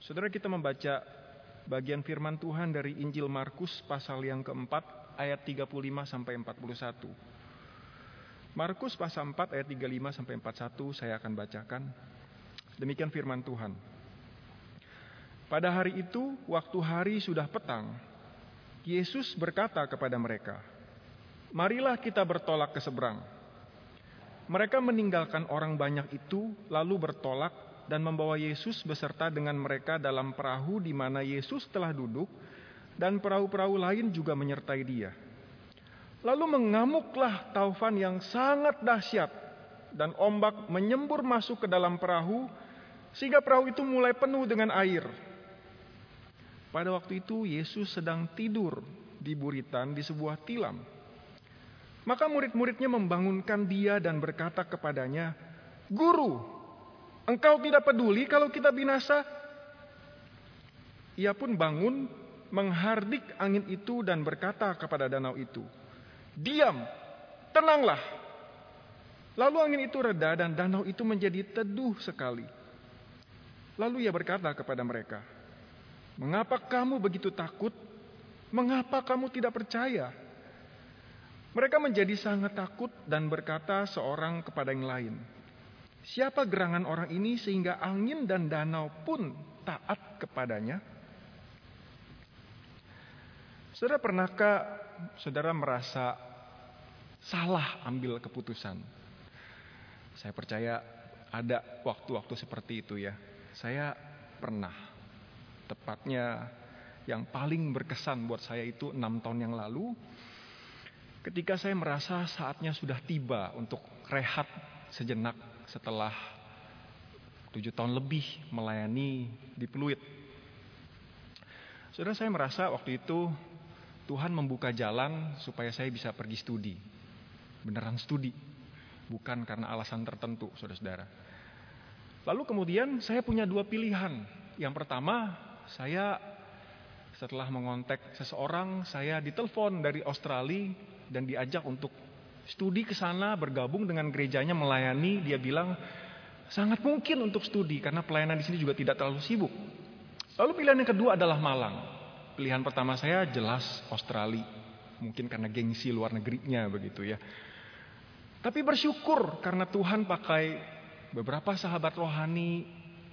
Saudara, kita membaca bagian firman Tuhan dari Injil Markus pasal yang keempat ayat 35 sampai 41. Markus pasal 4 ayat 35 sampai 41 saya akan bacakan. Demikian firman Tuhan. Pada hari itu, waktu hari sudah petang, Yesus berkata kepada mereka, "Marilah kita bertolak ke seberang." Mereka meninggalkan orang banyak itu, lalu bertolak dan membawa Yesus beserta dengan mereka dalam perahu di mana Yesus telah duduk, dan perahu-perahu lain juga menyertai dia. Lalu mengamuklah taufan yang sangat dahsyat, dan ombak menyembur masuk ke dalam perahu, sehingga perahu itu mulai penuh dengan air. Pada waktu itu Yesus sedang tidur di buritan di sebuah tilam. Maka murid-muridnya membangunkan dia dan berkata kepadanya, "Guru, Engkau tidak peduli kalau kita binasa?" Ia pun bangun, menghardik angin itu dan berkata kepada danau itu, "Diam, tenanglah." Lalu angin itu reda dan danau itu menjadi teduh sekali. Lalu ia berkata kepada mereka, "Mengapa kamu begitu takut? Mengapa kamu tidak percaya?" Mereka menjadi sangat takut dan berkata seorang kepada yang lain, "Siapa gerangan orang ini sehingga angin dan danau pun taat kepadanya?" Saudara, pernahkah saudara merasa salah ambil keputusan? Saya percaya ada waktu-waktu seperti itu ya. Saya pernah. Tepatnya yang paling berkesan buat saya itu 6 tahun yang lalu. Ketika saya merasa saatnya sudah tiba untuk rehat sejenak setelah 7 tahun lebih melayani di Pluit. Saudara, saya merasa waktu itu Tuhan membuka jalan supaya saya bisa pergi studi. Beneran studi. Bukan karena alasan tertentu, saudara-saudara. Lalu kemudian saya punya 2 pilihan. Yang pertama, saya setelah mengontak seseorang, saya ditelepon dari Australia dan diajak untuk studi ke sana, bergabung dengan gerejanya melayani. Dia bilang sangat mungkin untuk studi karena pelayanan di sini juga tidak terlalu sibuk. Lalu pilihan yang kedua adalah Malang. Pilihan pertama saya jelas Australia, mungkin karena gengsi luar negerinya begitu ya. Tapi bersyukur karena Tuhan pakai beberapa sahabat rohani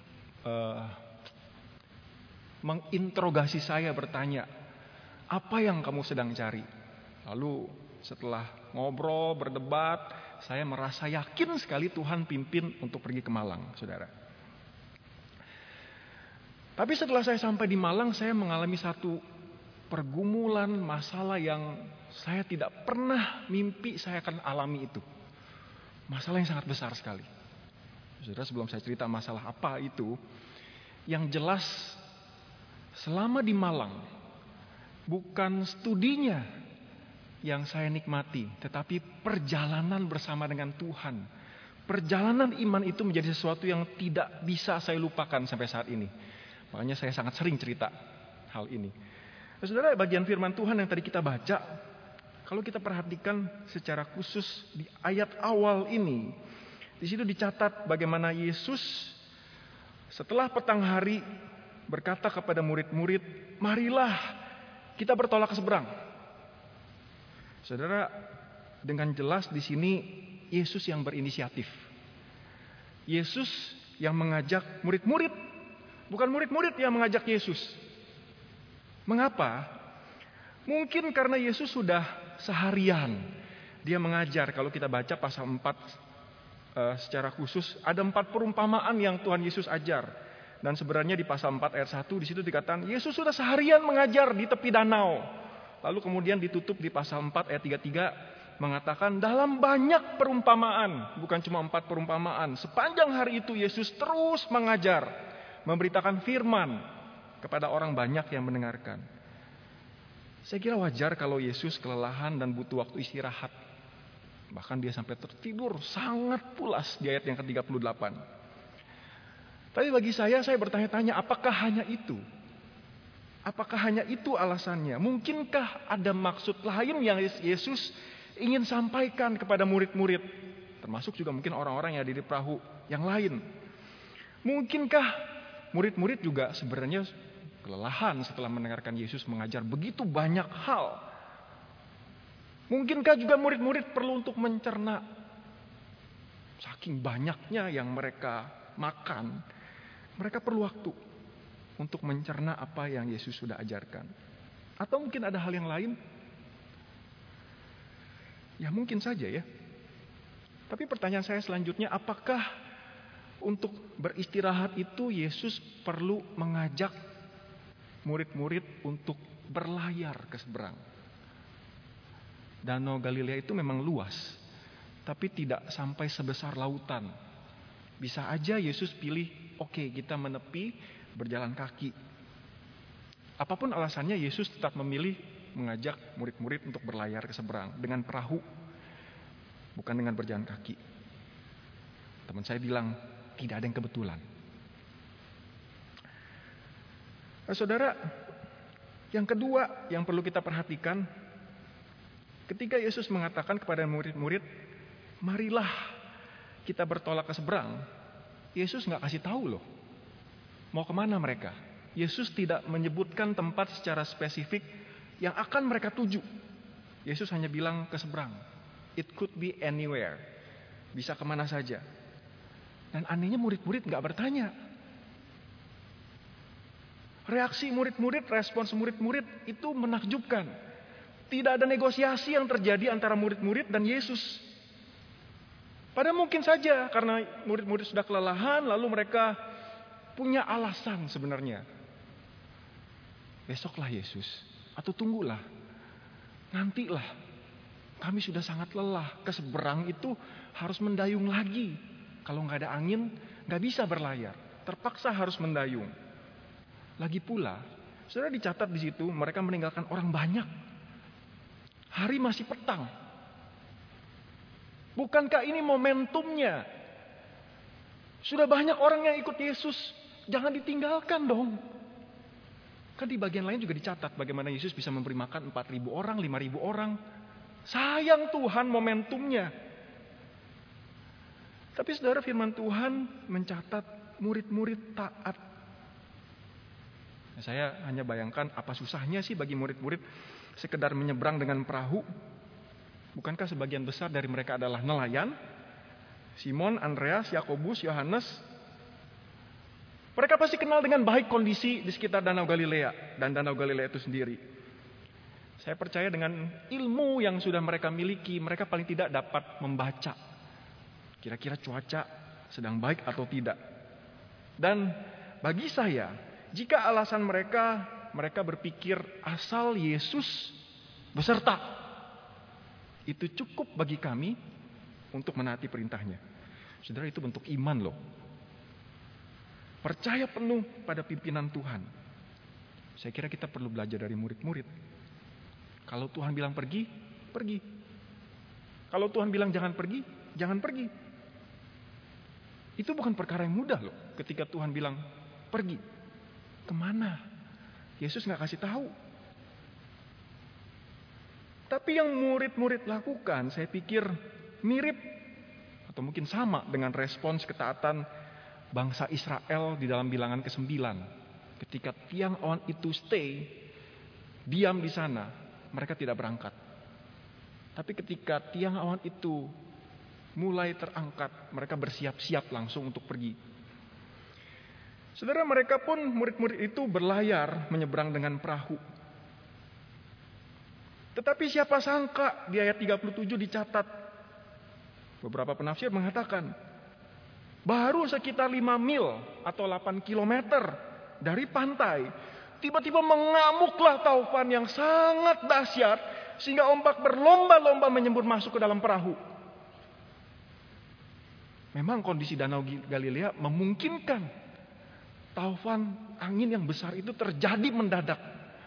menginterogasi saya, bertanya, "Apa yang kamu sedang cari?" Lalu setelah ngobrol, berdebat, saya merasa yakin sekali Tuhan pimpin untuk pergi ke Malang, saudara. Tapi setelah saya sampai di Malang, saya mengalami satu pergumulan masalah yang saya tidak pernah mimpi saya akan alami itu. Masalah yang sangat besar sekali. Saudara, sebelum saya cerita masalah apa itu, yang jelas selama di Malang, bukan studinya yang saya nikmati, tetapi perjalanan bersama dengan Tuhan. Perjalanan iman itu menjadi sesuatu yang tidak bisa saya lupakan sampai saat ini. Makanya saya sangat sering cerita hal ini. Nah, saudara, bagian firman Tuhan yang tadi kita baca, kalau kita perhatikan secara khusus di ayat awal ini, di situ dicatat bagaimana Yesus setelah petang hari berkata kepada murid-murid, "Marilah kita bertolak ke seberang." Saudara, dengan jelas di sini Yesus yang berinisiatif. Yesus yang mengajak murid-murid, bukan murid-murid yang mengajak Yesus. Mengapa? Mungkin karena Yesus sudah seharian dia mengajar. Kalau kita baca pasal 4 secara khusus, ada 4 perumpamaan yang Tuhan Yesus ajar. Dan sebenarnya di pasal 4 ayat 1 di situ dikatakan Yesus sudah seharian mengajar di tepi danau. Lalu kemudian ditutup di pasal 4 ayat 33 mengatakan dalam banyak perumpamaan, bukan cuma 4 perumpamaan. Sepanjang hari itu Yesus terus mengajar, memberitakan firman kepada orang banyak yang mendengarkan. Saya kira wajar kalau Yesus kelelahan dan butuh waktu istirahat. Bahkan dia sampai tertidur sangat pulas di ayat yang ke-38. Tapi bagi saya bertanya-tanya, apakah hanya itu? Apakah hanya itu alasannya? Mungkinkah ada maksud lain yang Yesus ingin sampaikan kepada murid-murid? Termasuk juga mungkin orang-orang yang ada di perahu yang lain. Mungkinkah murid-murid juga sebenarnya kelelahan setelah mendengarkan Yesus mengajar begitu banyak hal. Mungkinkah juga murid-murid perlu untuk mencerna? Saking banyaknya yang mereka makan, mereka perlu waktu untuk mencerna apa yang Yesus sudah ajarkan. Atau mungkin ada hal yang lain? Ya mungkin saja ya. Tapi pertanyaan saya selanjutnya, apakah untuk beristirahat itu Yesus perlu mengajak murid-murid untuk berlayar ke seberang? Danau Galilea itu memang luas, tapi tidak sampai sebesar lautan. Bisa aja Yesus pilih, oke, kita menepi, berjalan kaki. Apapun alasannya, Yesus tetap memilih mengajak murid-murid untuk berlayar ke seberang dengan perahu, bukan dengan berjalan kaki. Teman saya bilang, tidak ada yang kebetulan. Nah, saudara, yang kedua yang perlu kita perhatikan, ketika Yesus mengatakan kepada murid-murid, marilah kita bertolak ke seberang, Yesus nggak kasih tahu loh, mau kemana mereka. Yesus tidak menyebutkan tempat secara spesifik yang akan mereka tuju. Yesus hanya bilang ke seberang. It could be anywhere. Bisa kemana saja. Dan anehnya murid-murid nggak bertanya. Reaksi murid-murid, respons murid-murid itu menakjubkan. Tidak ada negosiasi yang terjadi antara murid-murid dan Yesus. Padahal mungkin saja karena murid-murid sudah kelelahan, lalu mereka punya alasan sebenarnya. Besoklah Yesus, atau tunggulah, nantilah. Kami sudah sangat lelah, ke seberang itu harus mendayung lagi. Kalau nggak ada angin, nggak bisa berlayar. Terpaksa harus mendayung. Lagi pula, sudah dicatat di situ, mereka meninggalkan orang banyak. Hari masih petang. Bukankah ini momentumnya? Sudah banyak orang yang ikut Yesus, jangan ditinggalkan dong. Kan di bagian lain juga dicatat bagaimana Yesus bisa memberi makan 4.000 orang, 5.000 orang. Sayang Tuhan momentumnya. Tapi saudara, firman Tuhan mencatat murid-murid taat. Nah, saya hanya bayangkan apa susahnya sih bagi murid-murid sekedar menyeberang dengan perahu. Bukankah sebagian besar dari mereka adalah nelayan? Simon, Andreas, Yakobus, Yohanes. Mereka pasti kenal dengan baik kondisi di sekitar Danau Galilea dan Danau Galilea itu sendiri. Saya percaya dengan ilmu yang sudah mereka miliki, mereka paling tidak dapat membaca kira-kira cuaca sedang baik atau tidak. Dan bagi saya, jika alasan mereka berpikir asal Yesus beserta, itu cukup bagi kami untuk menaati perintahnya. Saudara, itu bentuk iman loh. Percaya penuh pada pimpinan Tuhan. Saya kira kita perlu belajar dari murid-murid. Kalau Tuhan bilang pergi, pergi. Kalau Tuhan bilang jangan pergi, jangan pergi. Itu bukan perkara yang mudah loh. Ketika Tuhan bilang pergi, kemana? Yesus gak kasih tahu. Tapi yang murid-murid lakukan, saya pikir mirip atau mungkin sama dengan respons ketaatan bangsa Israel di dalam Bilangan ke-9. Ketika tiang awan itu diam di sana, mereka tidak berangkat. Tapi ketika tiang awan itu mulai terangkat, mereka bersiap-siap langsung untuk pergi. Saudara, mereka pun murid-murid itu berlayar menyeberang dengan perahu. Tetapi siapa sangka di ayat 37 dicatat, beberapa penafsir mengatakan, baru sekitar 5 mil atau 8 kilometer dari pantai, tiba-tiba mengamuklah taufan yang sangat dahsyat, sehingga ombak berlomba-lomba menyembur masuk ke dalam perahu. Memang kondisi Danau Galilea memungkinkan taufan angin yang besar itu terjadi mendadak.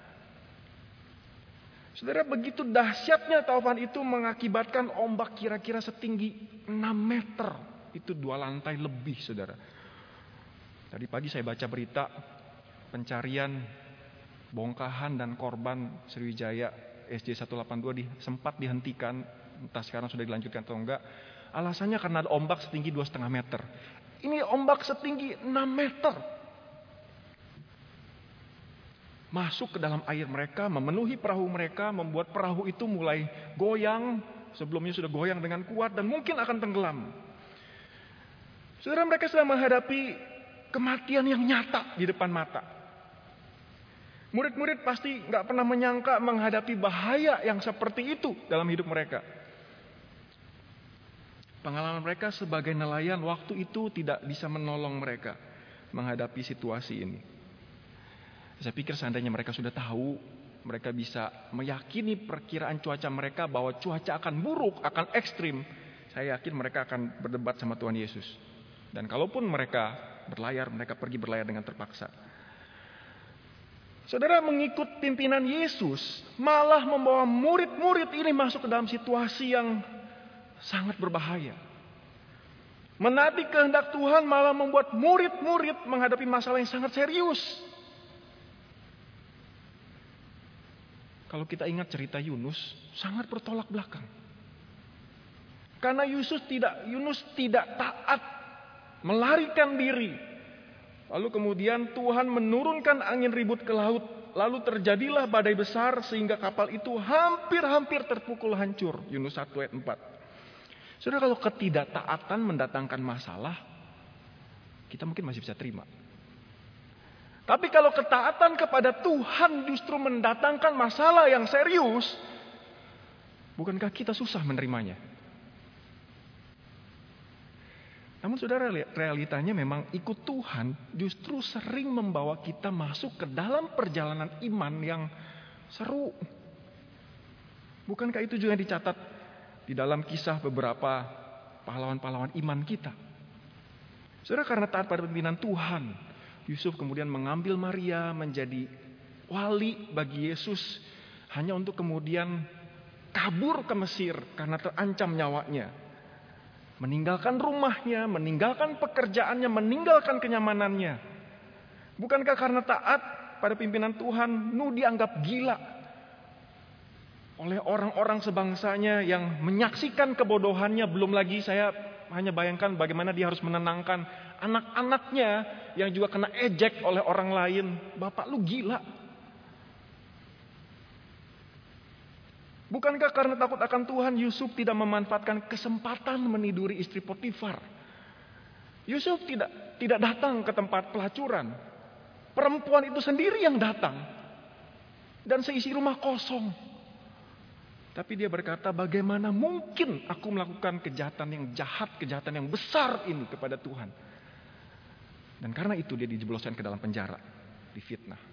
Saudara, begitu dahsyatnya taufan itu mengakibatkan ombak kira-kira setinggi 6 meter. Itu 2 lantai lebih, saudara. Tadi pagi saya baca berita pencarian bongkahan dan korban Sriwijaya SJ 182 sempat dihentikan. Entah sekarang sudah dilanjutkan atau enggak. Alasannya karena ada ombak setinggi 2,5 meter. Ini ombak setinggi 6 meter. masuk ke dalam air mereka, memenuhi perahu mereka, membuat perahu itu mulai goyang. Sebelumnya sudah goyang dengan kuat dan mungkin akan tenggelam. Saudara, mereka sedang menghadapi kematian yang nyata di depan mata. Murid-murid pasti gak pernah menyangka menghadapi bahaya yang seperti itu dalam hidup mereka. Pengalaman mereka sebagai nelayan waktu itu tidak bisa menolong mereka menghadapi situasi ini. Saya pikir seandainya mereka sudah tahu, mereka bisa meyakini perkiraan cuaca mereka bahwa cuaca akan buruk, akan ekstrim. Saya yakin mereka akan berdebat sama Tuhan Yesus. Dan kalaupun mereka berlayar, mereka pergi berlayar dengan terpaksa. Saudara, mengikut pimpinan Yesus malah membawa murid-murid ini masuk ke dalam situasi yang sangat berbahaya. Menaati kehendak Tuhan malah membuat murid-murid menghadapi masalah yang sangat serius. Kalau kita ingat cerita Yunus, sangat bertolak belakang. Karena Yunus tidak taat, melarikan diri. Lalu kemudian Tuhan menurunkan angin ribut ke laut. Lalu terjadilah badai besar sehingga kapal itu hampir-hampir terpukul hancur. Yunus 1 ayat 4. Saudara, kalau ketidaktaatan mendatangkan masalah, kita mungkin masih bisa terima. Tapi kalau ketaatan kepada Tuhan justru mendatangkan masalah yang serius, bukankah kita susah menerimanya? Namun saudara, realitanya memang ikut Tuhan justru sering membawa kita masuk ke dalam perjalanan iman yang seru. Bukankah itu juga dicatat di dalam kisah beberapa pahlawan-pahlawan iman kita? Saudara, karena taat pada pimpinan Tuhan, Yusuf kemudian mengambil Maria menjadi wali bagi Yesus hanya untuk kemudian kabur ke Mesir karena terancam nyawanya. Meninggalkan rumahnya, meninggalkan pekerjaannya, meninggalkan kenyamanannya. Bukankah karena taat pada pimpinan Tuhan, Nuh dianggap gila oleh orang-orang sebangsanya yang menyaksikan kebodohannya? Belum lagi saya hanya bayangkan bagaimana dia harus menenangkan anak-anaknya yang juga kena ejek oleh orang lain. Bapak lu gila. Bukankah karena takut akan Tuhan, Yusuf tidak memanfaatkan kesempatan meniduri istri Potifar? Yusuf tidak datang ke tempat pelacuran. Perempuan itu sendiri yang datang. Dan seisi rumah kosong. Tapi dia berkata, bagaimana mungkin aku melakukan kejahatan yang jahat, kejahatan yang besar ini kepada Tuhan. Dan karena itu dia dijebloskan ke dalam penjara, difitnah.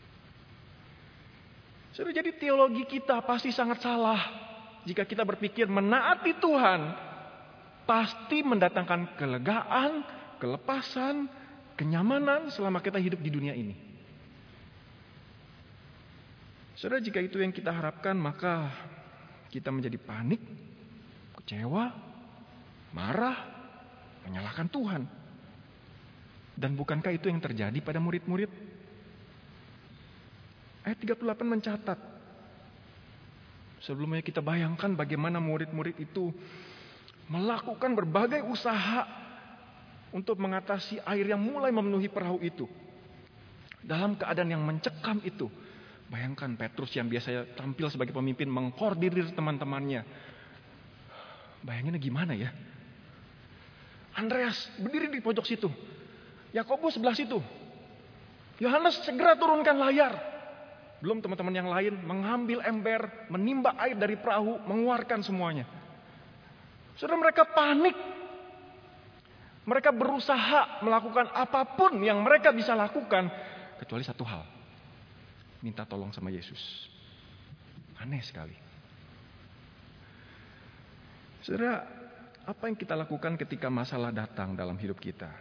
Saudara, jadi teologi kita pasti sangat salah jika kita berpikir menaati Tuhan pasti mendatangkan kelegaan, kelepasan, kenyamanan selama kita hidup di dunia ini. Saudara, jika itu yang kita harapkan, maka kita menjadi panik, kecewa, marah, menyalahkan Tuhan. Dan bukankah itu yang terjadi pada murid-murid? Ayat 38 mencatat. Sebelumnya kita bayangkan bagaimana murid-murid itu melakukan berbagai usaha untuk mengatasi air yang mulai memenuhi perahu itu. Dalam keadaan yang mencekam itu. Bayangkan Petrus yang biasanya tampil sebagai pemimpin mengkoordinir teman-temannya. Bayanginnya gimana ya? Andreas berdiri di pojok situ. Yakobus sebelah situ. Yohanes segera turunkan layar. Belum teman-teman yang lain mengambil ember, menimba air dari perahu, mengeluarkan semuanya. Saudara, mereka panik. Mereka berusaha melakukan apapun yang mereka bisa lakukan. Kecuali satu hal. Minta tolong sama Yesus. Aneh sekali. Saudara, apa yang kita lakukan ketika masalah datang dalam hidup kita?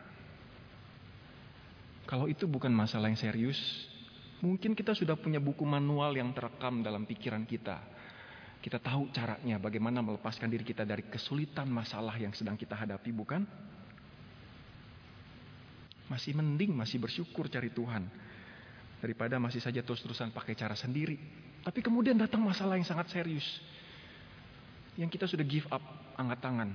Kalau itu bukan masalah yang serius, mungkin kita sudah punya buku manual yang terekam dalam pikiran kita. Kita tahu caranya bagaimana melepaskan diri kita dari kesulitan masalah yang sedang kita hadapi, bukan? Masih mending, masih bersyukur cari Tuhan. Daripada masih saja terus-terusan pakai cara sendiri. Tapi kemudian datang masalah yang sangat serius. Yang kita sudah give up, angkat tangan.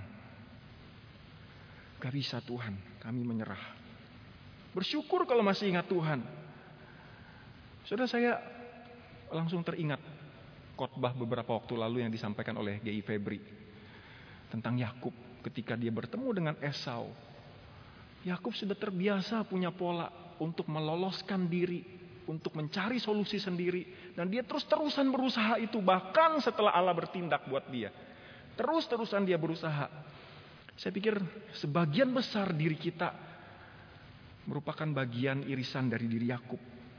Gak bisa Tuhan, kami menyerah. Bersyukur kalau masih ingat Tuhan. Saudara, saya langsung teringat khotbah beberapa waktu lalu yang disampaikan oleh G.I. Febri tentang Yakub ketika dia bertemu dengan Esau. Yakub sudah terbiasa punya pola untuk meloloskan diri, untuk mencari solusi sendiri, dan dia terus-terusan berusaha itu bahkan setelah Allah bertindak buat dia. Terus-terusan dia berusaha. Saya pikir sebagian besar diri kita merupakan bagian irisan dari diri Yakub.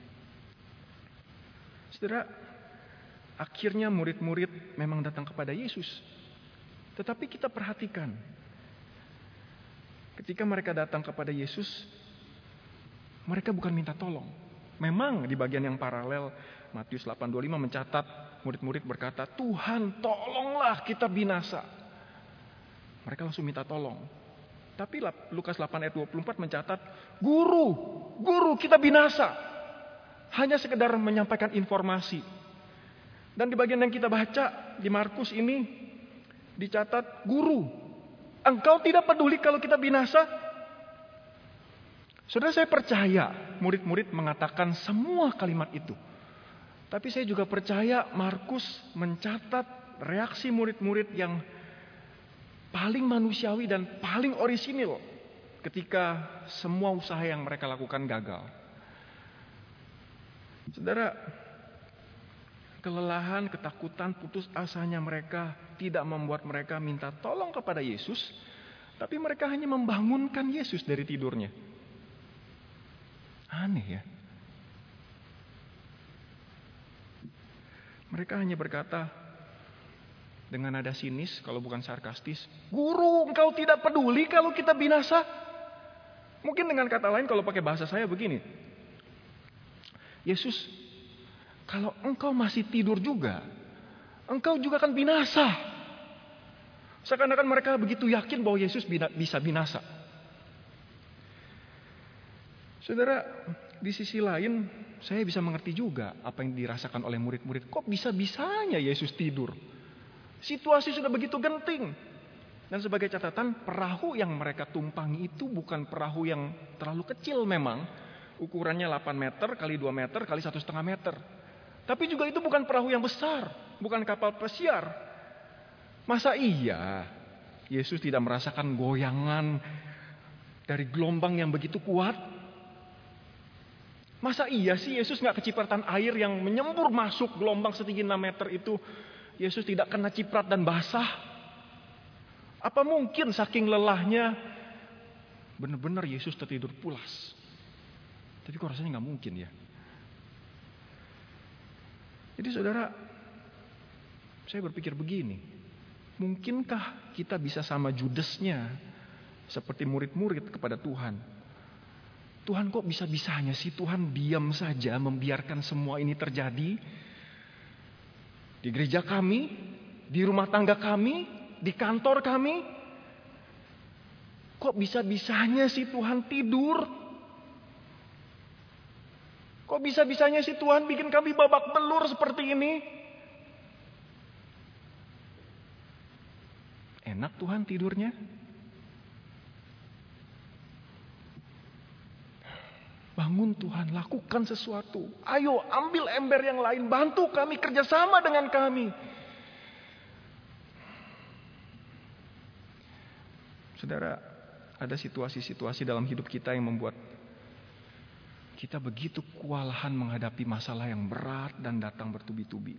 Saudara, akhirnya murid-murid memang datang kepada Yesus. Tetapi kita perhatikan, ketika mereka datang kepada Yesus, mereka bukan minta tolong. Memang di bagian yang paralel, Matius 8:25 mencatat, murid-murid berkata, "Tuhan, tolonglah kita binasa." Mereka langsung minta tolong. Tapi Lukas 8 ayat 24 mencatat, Guru, kita binasa." Hanya sekedar menyampaikan informasi. Dan di bagian yang kita baca di Markus ini dicatat, "Guru, engkau tidak peduli kalau kita binasa?" Saudara, saya percaya murid-murid mengatakan semua kalimat itu. Tapi saya juga percaya Markus mencatat reaksi murid-murid yang paling manusiawi dan paling orisinil ketika semua usaha yang mereka lakukan gagal. Saudara, kelelahan, ketakutan, putus asanya mereka tidak membuat mereka minta tolong kepada Yesus, tapi mereka hanya membangunkan Yesus dari tidurnya. Aneh ya. Mereka hanya berkata dengan nada sinis, kalau bukan sarkastis, "Guru, engkau tidak peduli kalau kita binasa?" Mungkin dengan kata lain kalau pakai bahasa saya begini, "Yesus, kalau engkau masih tidur juga, engkau juga akan binasa." Seakan-akan mereka begitu yakin bahwa Yesus bisa binasa. Saudara, di sisi lain saya bisa mengerti juga apa yang dirasakan oleh murid-murid. Kok bisa-bisanya Yesus tidur? Situasi sudah begitu genting. Dan sebagai catatan, perahu yang mereka tumpangi itu bukan perahu yang terlalu kecil memang. Ukurannya 8 meter kali 2 meter kali 1,5 meter. Tapi juga itu bukan perahu yang besar. Bukan kapal pesiar. Masa iya Yesus tidak merasakan goyangan dari gelombang yang begitu kuat? Masa iya sih Yesus gak kecipratan air yang menyembur masuk gelombang setinggi 6 meter itu, Yesus tidak kena ciprat dan basah? Apa mungkin saking lelahnya benar-benar Yesus tertidur pulas? Tapi kok rasanya gak mungkin ya. Jadi saudara, saya berpikir begini, mungkinkah kita bisa sama judesnya seperti murid-murid kepada Tuhan? Tuhan, kok bisa-bisanya sih Tuhan diam saja membiarkan semua ini terjadi? Di gereja kami, di rumah tangga kami, di kantor kami. Kok bisa-bisanya sih Tuhan tidur? Kok bisa-bisanya sih Tuhan bikin kami babak belur seperti ini? Enak Tuhan tidurnya? Bangun Tuhan, lakukan sesuatu. Ayo ambil ember yang lain, bantu kami, kerjasama dengan kami. Saudara, ada situasi-situasi dalam hidup kita yang membuat kita begitu kewalahan menghadapi masalah yang berat dan datang bertubi-tubi.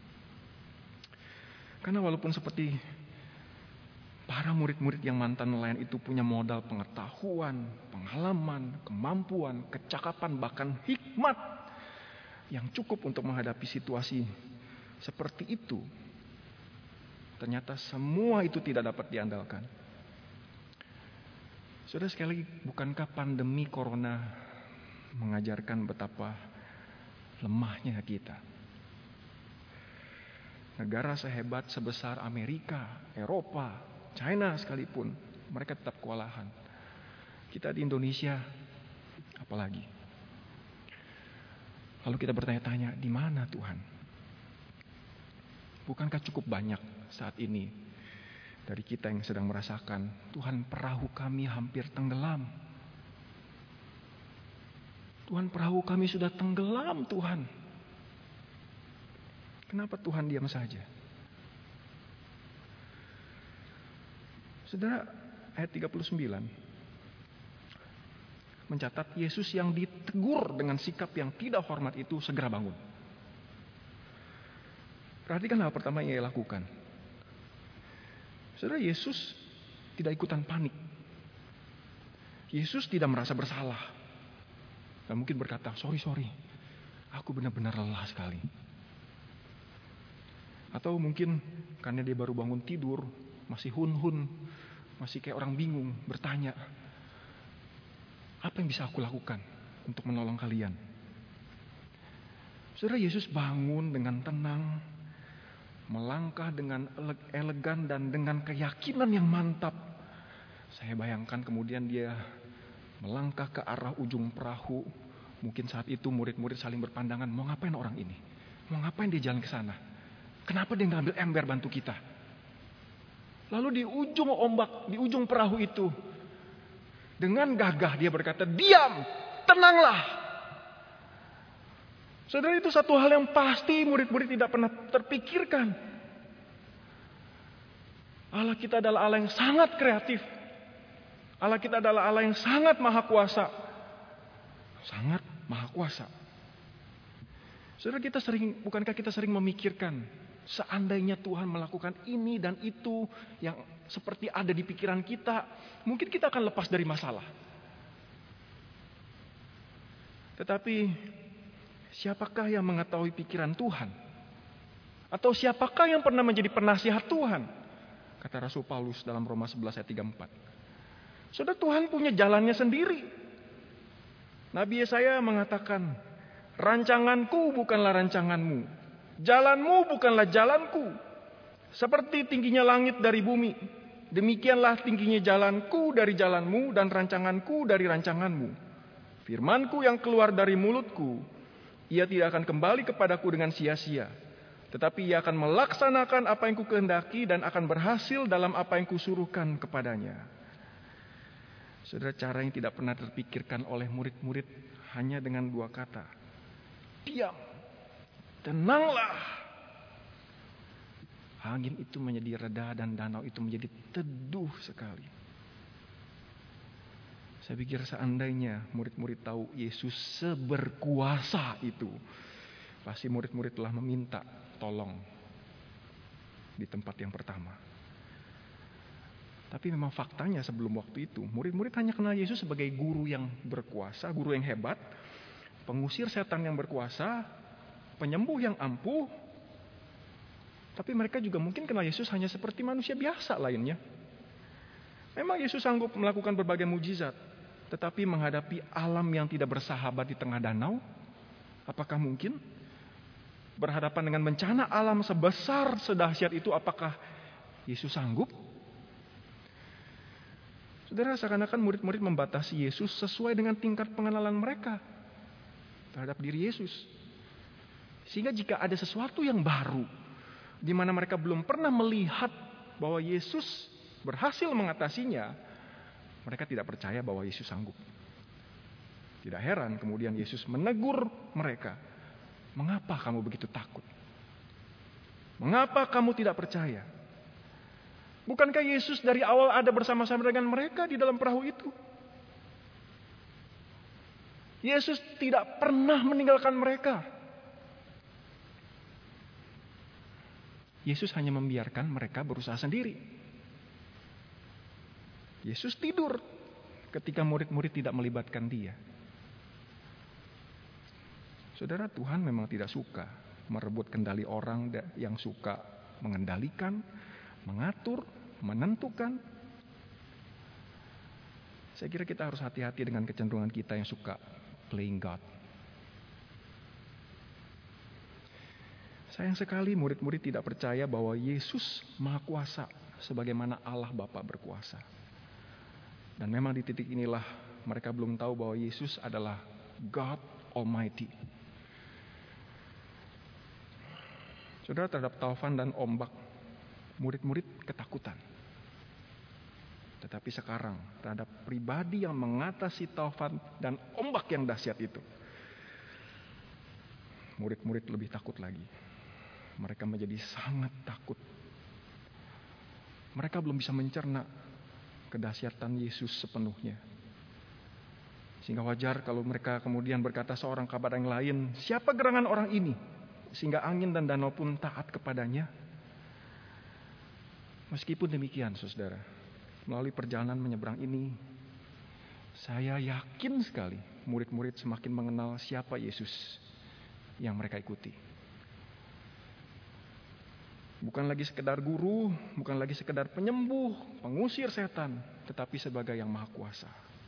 Karena walaupun seperti para murid-murid yang mantan nelayan itu punya modal pengetahuan, pengalaman, kemampuan, kecakapan, bahkan hikmat yang cukup untuk menghadapi situasi seperti itu. Ternyata semua itu tidak dapat diandalkan. Saudara, sekali lagi, bukankah pandemi corona mengajarkan betapa lemahnya kita? Negara sehebat sebesar Amerika, Eropa, China sekalipun, mereka tetap kewalahan. Kita di Indonesia, apalagi. Lalu kita bertanya-tanya, di mana Tuhan? Bukankah cukup banyak saat ini dari kita yang sedang merasakan, Tuhan, perahu kami hampir tenggelam. Tuhan, perahu kami sudah tenggelam, Tuhan. Kenapa Tuhan diam saja? Saudara, ayat 39 mencatat Yesus yang ditegur dengan sikap yang tidak hormat itu segera bangun. Perhatikan hal pertama yang ia lakukan. Saudara, Yesus tidak ikutan panik. Yesus tidak merasa bersalah. Dan mungkin berkata, sorry, aku benar-benar lelah sekali. Atau mungkin karena dia baru bangun tidur, masih hun-hun, masih kayak orang bingung, bertanya, apa yang bisa aku lakukan untuk menolong kalian? Saudara, Yesus bangun dengan tenang, melangkah dengan elegan dan dengan keyakinan yang mantap. Saya bayangkan kemudian dia melangkah ke arah ujung perahu. Mungkin saat itu murid-murid saling berpandangan, mau ngapain orang ini? Mau ngapain dia jalan ke sana? Kenapa dia ngambil ember bantu kita? Lalu di ujung ombak, di ujung perahu itu, dengan gagah dia berkata, diam, tenanglah. Saudara, itu satu hal yang pasti murid-murid tidak pernah terpikirkan. Allah kita adalah Allah yang sangat kreatif. Allah kita adalah Allah yang sangat maha kuasa. Sangat maha kuasa. Saudara, bukankah kita sering memikirkan, seandainya Tuhan melakukan ini dan itu yang seperti ada di pikiran kita, mungkin kita akan lepas dari masalah. Tetapi siapakah yang mengetahui pikiran Tuhan? Atau siapakah yang pernah menjadi penasihat Tuhan? Kata Rasul Paulus dalam Roma 11 ayat 34. Saudara, Tuhan punya jalannya sendiri. Nabi Yesaya mengatakan, rancanganku bukanlah rancanganmu, jalanmu bukanlah jalanku. Seperti tingginya langit dari bumi, demikianlah tingginya jalanku dari jalanmu dan rancanganku dari rancanganmu. Firmanku yang keluar dari mulutku, ia tidak akan kembali kepadaku dengan sia-sia, tetapi ia akan melaksanakan apa yang kukehendaki dan akan berhasil dalam apa yang kusuruhkan kepadanya. Saudara, cara yang tidak pernah terpikirkan oleh murid-murid hanya dengan dua kata. Diam, tenanglah. Angin itu menjadi reda dan danau itu menjadi teduh sekali. Saya pikir seandainya murid-murid tahu Yesus seberkuasa itu, pasti murid-murid telah meminta tolong di tempat yang pertama. Tapi memang faktanya sebelum waktu itu, murid-murid hanya kenal Yesus sebagai guru yang berkuasa, guru yang hebat, pengusir setan yang berkuasa, penyembuh yang ampuh. Tapi mereka juga mungkin kenal Yesus hanya seperti manusia biasa lainnya. Memang Yesus sanggup melakukan berbagai mujizat, tetapi menghadapi alam yang tidak bersahabat di tengah danau, apakah mungkin? Berhadapan dengan bencana alam sebesar sedahsyat itu, apakah Yesus sanggup? Saudara, seakan-akan murid-murid membatasi Yesus sesuai dengan tingkat pengenalan mereka terhadap diri Yesus. Sehingga jika ada sesuatu yang baru, di mana mereka belum pernah melihat bahwa Yesus berhasil mengatasinya, mereka tidak percaya bahwa Yesus sanggup. Tidak heran kemudian Yesus menegur mereka. Mengapa kamu begitu takut? Mengapa kamu tidak percaya? Bukankah Yesus dari awal ada bersama-sama dengan mereka di dalam perahu itu? Yesus tidak pernah meninggalkan mereka. Yesus hanya membiarkan mereka berusaha sendiri. Yesus tidur ketika murid-murid tidak melibatkan dia. Saudara, Tuhan memang tidak suka merebut kendali orang yang suka mengendalikan, mengatur, menentukan. Saya kira kita harus hati-hati dengan kecenderungan kita yang suka playing God. Sayang sekali murid-murid tidak percaya bahwa Yesus Maha Kuasa sebagaimana Allah Bapa berkuasa. Dan memang di titik inilah mereka belum tahu bahwa Yesus adalah God Almighty. Saudara, terhadap taufan dan ombak, murid-murid ketakutan. Tetapi sekarang terhadap pribadi yang mengatasi taufan dan ombak yang dahsyat itu, murid-murid lebih takut lagi. Mereka menjadi sangat takut. Mereka belum bisa mencerna kedahsyatan Yesus sepenuhnya. Sehingga wajar kalau mereka kemudian berkata seorang kepada yang lain, siapa gerangan orang ini? Sehingga angin dan danau pun taat kepadanya. Meskipun demikian, saudara, melalui perjalanan menyeberang ini, saya yakin sekali murid-murid semakin mengenal siapa Yesus yang mereka ikuti. Bukan lagi sekedar guru, bukan lagi sekedar penyembuh, pengusir setan, tetapi sebagai yang maha kuasa.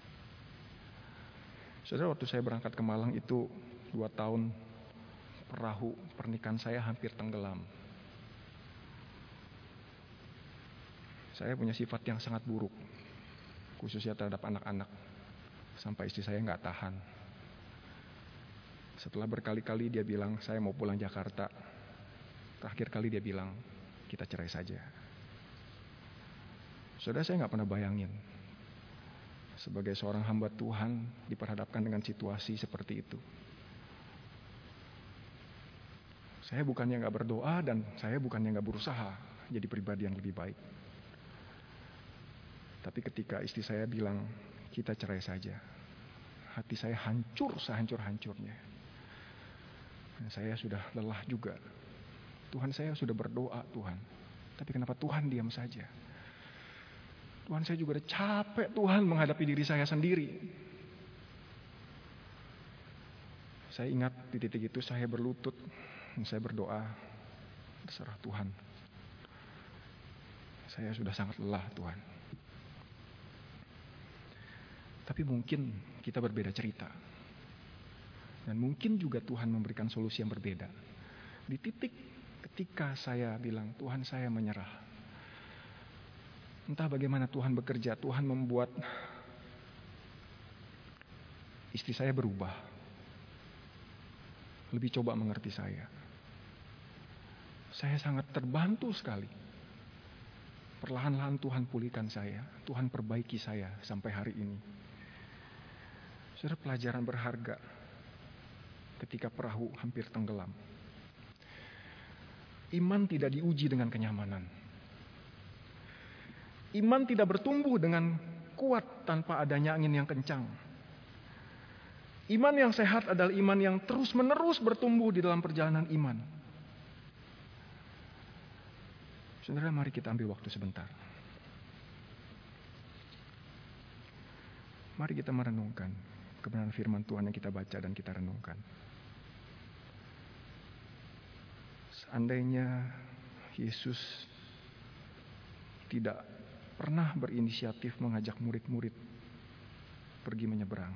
Saudara, waktu saya berangkat ke Malang itu 2 tahun, perahu pernikahan saya hampir tenggelam. Saya punya sifat yang sangat buruk, khususnya terhadap anak-anak. Sampai istri saya nggak tahan. Setelah berkali-kali dia bilang, saya mau pulang Jakarta. Terakhir kali dia bilang, kita cerai saja. Saudara, saya nggak pernah bayangin sebagai seorang hamba Tuhan diperhadapkan dengan situasi seperti itu. Saya bukannya nggak berdoa dan saya bukannya nggak berusaha jadi pribadi yang lebih baik. Tapi ketika istri saya bilang, kita cerai saja, hati saya hancur sehancur-hancurnya. Dan saya sudah lelah juga. Tuhan, saya sudah berdoa Tuhan, tapi kenapa Tuhan diam saja? Tuhan, saya juga udah capek Tuhan menghadapi diri saya sendiri. Saya ingat di titik itu saya berlutut, dan saya berdoa, terserah Tuhan. Saya sudah sangat lelah Tuhan. Tapi mungkin kita berbeda cerita. Dan mungkin juga Tuhan memberikan solusi yang berbeda. Di titik ketika saya bilang, Tuhan, saya menyerah. Entah bagaimana Tuhan bekerja, Tuhan membuat istri saya berubah. Lebih coba mengerti saya. Saya sangat terbantu sekali. Perlahan-lahan Tuhan pulihkan saya, Tuhan perbaiki saya sampai hari ini. Saudara, pelajaran berharga ketika perahu hampir tenggelam. Iman tidak diuji dengan kenyamanan. Iman tidak bertumbuh dengan kuat tanpa adanya angin yang kencang. Iman yang sehat adalah iman yang terus-menerus bertumbuh di dalam perjalanan iman. Saudara, mari kita ambil waktu sebentar. Mari kita merenungkan kebenaran firman Tuhan yang kita baca dan kita renungkan. Seandainya Yesus tidak pernah berinisiatif mengajak murid-murid pergi menyeberang.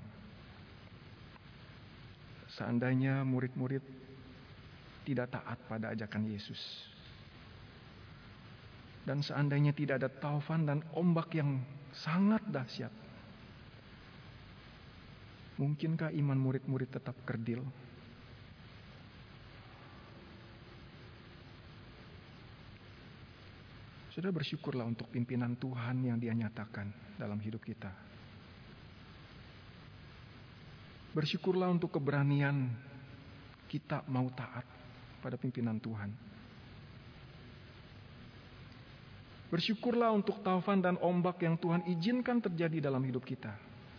Seandainya murid-murid tidak taat pada ajakan Yesus. Dan seandainya tidak ada taufan dan ombak yang sangat dahsyat. Mungkinkah iman murid-murid tetap kerdil? Saudara, bersyukurlah untuk pimpinan Tuhan yang Dia nyatakan dalam hidup kita. Bersyukurlah untuk keberanian kita mau taat pada pimpinan Tuhan. Bersyukurlah untuk taufan dan ombak yang Tuhan izinkan terjadi dalam hidup kita.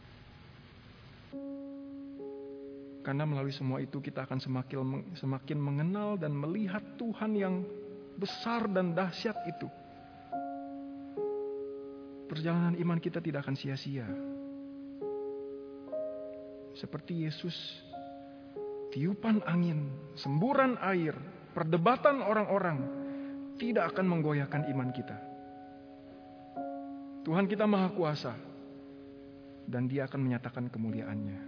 Karena melalui semua itu kita akan semakin mengenal dan melihat Tuhan yang besar dan dahsyat itu. Perjalanan iman kita tidak akan sia-sia. Seperti Yesus, tiupan angin, semburan air, perdebatan orang-orang tidak akan menggoyahkan iman kita. Tuhan kita Maha Kuasa dan Dia akan menyatakan kemuliaan-Nya.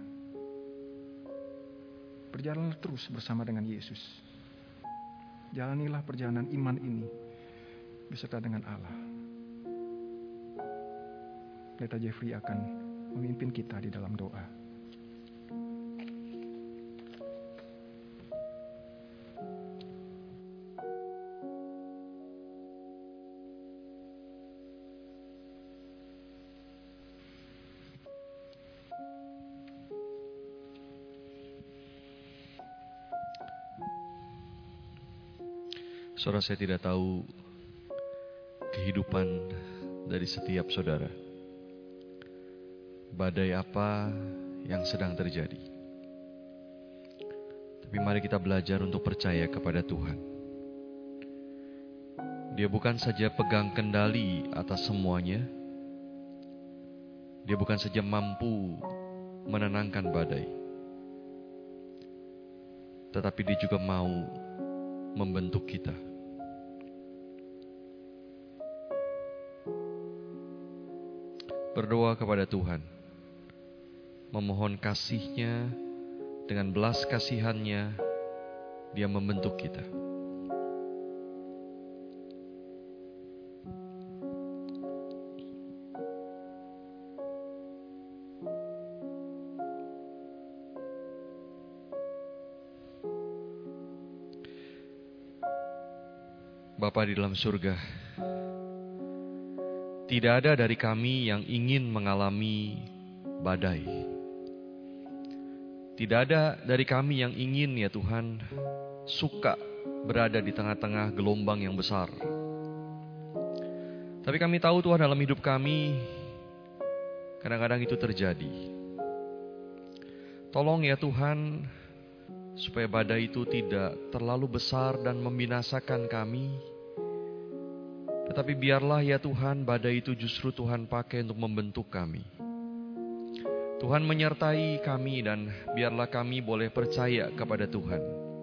Berjalanlah terus bersama dengan Yesus. Jalanilah perjalanan iman ini beserta dengan Allah. Pendeta Jeffrey akan memimpin kita di dalam doa. Saudara, saya tidak tahu kehidupan dari setiap saudara. Badai apa yang sedang terjadi. Tapi mari kita belajar untuk percaya kepada Tuhan. Dia bukan saja pegang kendali atas semuanya. Dia bukan saja mampu menenangkan badai, tetapi dia juga mau membentuk kita. Berdoa kepada Tuhan, memohon kasih-Nya, dengan belas kasihan-Nya, Dia membentuk kita. Bapa di dalam surga, tidak ada dari kami yang ingin mengalami badai. Tidak ada dari kami yang ingin, ya Tuhan, suka berada di tengah-tengah gelombang yang besar. Tapi kami tahu Tuhan, dalam hidup kami kadang-kadang itu terjadi. Tolong ya Tuhan, supaya badai itu tidak terlalu besar dan membinasakan kami. Tetapi biarlah ya Tuhan, badai itu justru Tuhan pakai untuk membentuk kami. Tuhan menyertai kami dan biarlah kami boleh percaya kepada Tuhan.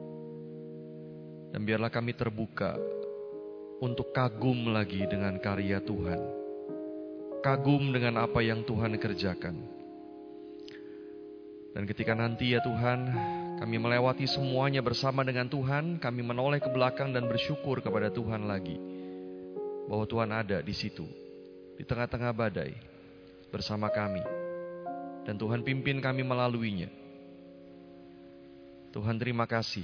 Dan biarlah kami terbuka untuk kagum lagi dengan karya Tuhan. Kagum dengan apa yang Tuhan kerjakan. Dan ketika nanti ya Tuhan, kami melewati semuanya bersama dengan Tuhan, kami menoleh ke belakang dan bersyukur kepada Tuhan lagi. Bahwa Tuhan ada di situ, di tengah-tengah badai, bersama kami. Dan Tuhan pimpin kami melaluinya. Tuhan terima kasih.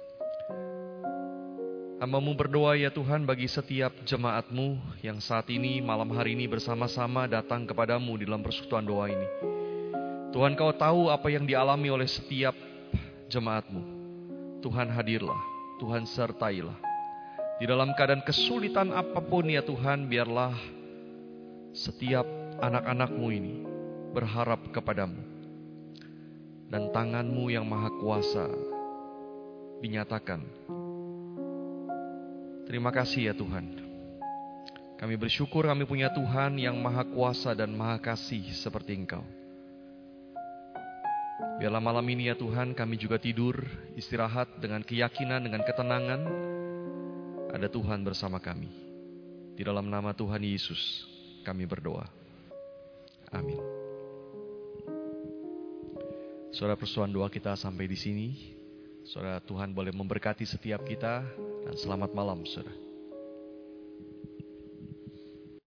Hamba-Mu berdoa ya Tuhan bagi setiap jemaat-Mu yang saat ini, malam hari ini bersama-sama datang kepada-Mu di dalam persekutuan doa ini. Tuhan, Kau tahu apa yang dialami oleh setiap jemaat-Mu. Tuhan hadirlah, Tuhan sertailah. Di dalam keadaan kesulitan apapun ya Tuhan, biarlah setiap anak-anak-Mu ini berharap kepada-Mu. Dan tangan-Mu yang maha kuasa dinyatakan. Terima kasih ya Tuhan. Kami bersyukur kami punya Tuhan yang maha kuasa dan maha kasih seperti Engkau. Biarlah malam ini ya Tuhan, kami juga tidur, istirahat dengan keyakinan, dengan ketenangan. Ada Tuhan bersama kami. Di dalam nama Tuhan Yesus kami berdoa. Amin. Saudara, persekutuan doa kita sampai di sini. Saudara, Tuhan boleh memberkati setiap kita dan selamat malam saudara.